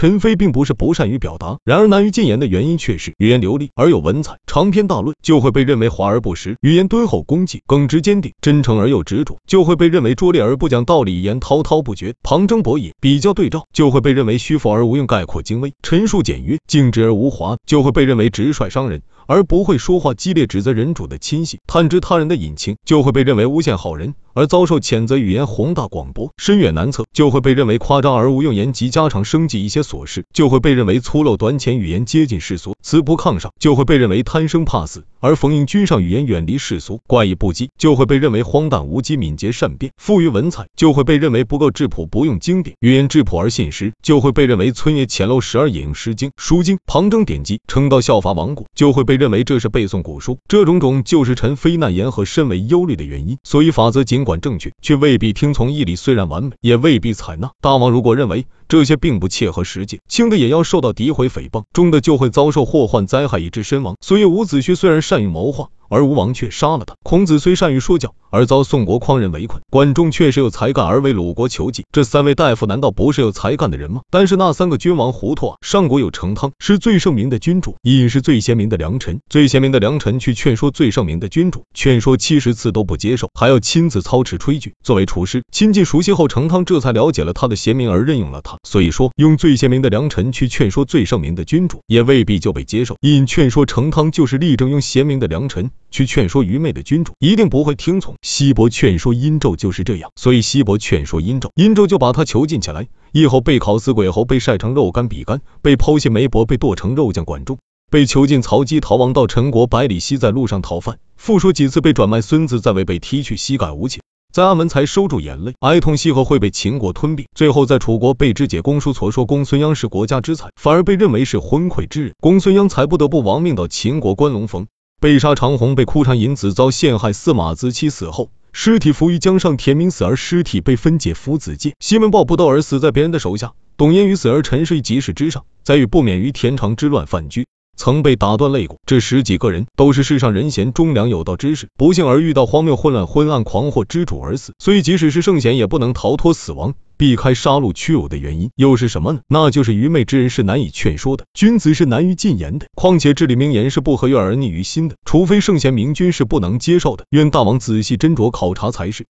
陈妃并不是不善于表达，然而难于进言的原因却是语言流利而有文采，长篇大论就会被认为华而不实；语言敦厚恭敬，耿直坚定，真诚而又执着，就会被认为拙劣而不讲道理，语言滔滔不绝，旁征博引，比较对照，就会被认为虚浮而无用，概括精微，陈述简约，静直而无华，就会被认为直率伤人，而不会说话激烈指责人主的亲信，探知他人的隐情，就会被认为诬陷好人，而遭受谴责；语言宏大广博，深远难测，就会被认为夸张而无用；言及家常生计一些琐事，就会被认为粗陋短浅；语言接近世俗，词不抗上，就会被认为贪生怕死，而逢迎君上；语言远离世俗，怪异不羁，就会被认为荒诞无稽；敏捷善变，富于文采，就会被认为不够质朴，不用经典；语言质朴而信实，就会被认为村野浅陋时而引用诗经、书经，旁征典籍，称道效法亡故，就会被认为这是背诵古书。这种种就是陈妃难言和深为忧虑的原因。所以法则尽管正确，却未必听从；义理虽然完美，也未必采纳。大王如果认为这些并不切合实际，轻的也要受到诋毁诽谤，重的就会遭受祸患灾害以致身亡。所以伍子胥虽然善于谋划，而吴王却杀了他；孔子虽善于说教，而遭宋国匡人围困；管仲确实有才干，而为鲁国求计。这三位大夫难道不是有才干的人吗？但是那三个君王糊涂啊！上国有成汤，是最圣明的君主，亦是最贤明的良臣。最贤明的良臣去劝说最圣明的君主，劝说70次都不接受，还要亲自操持炊具。作为厨师，亲近熟悉后，成汤这才了解了他的贤明而任用了他。所以说，用最贤明的良臣去劝说最圣明的君主，也未必就被接受。因劝说成汤就是力争用贤明的良臣去劝说愚昧的君主，一定不会听从。西伯劝说殷纣就是这样，所以西伯劝说殷纣，殷纣就把他囚禁起来。以后被烤死鬼后，被晒成肉干比干，被剖析眉帛，被剁成肉酱管仲，被囚禁曹姬逃亡到陈国百里奚，在路上逃犯，复说几次被转卖孙子，在未被踢去膝盖无情，在安门才收住眼泪，哀痛西河会被秦国吞并，最后在楚国被肢解。公叔痤说公孙鞅是国家之才，反而被认为是昏聩之人，公孙鞅才不得不亡命到秦国关龙逢，被杀。长虹被哭长引子遭陷害，司马子期死后，尸体浮于江上，田明死而尸体被分解，夫子界。西门豹不斗而死在别人的手下，董焉于死而沉睡于集市之上，载誉不免于田常之乱犯居，曾被打断肋骨。这10几个人都是世上人贤忠良有道之士，不幸而遇到荒谬混乱昏暗狂惑之主而死，所以即使是圣贤也不能逃脱死亡。避开杀戮屈辱的原因又是什么呢？那就是愚昧之人是难以劝说的，君子是难于进言的，况且至理名言是不合悦而逆于心的，除非圣贤明君是不能接受的。愿大王仔细斟酌考察才是。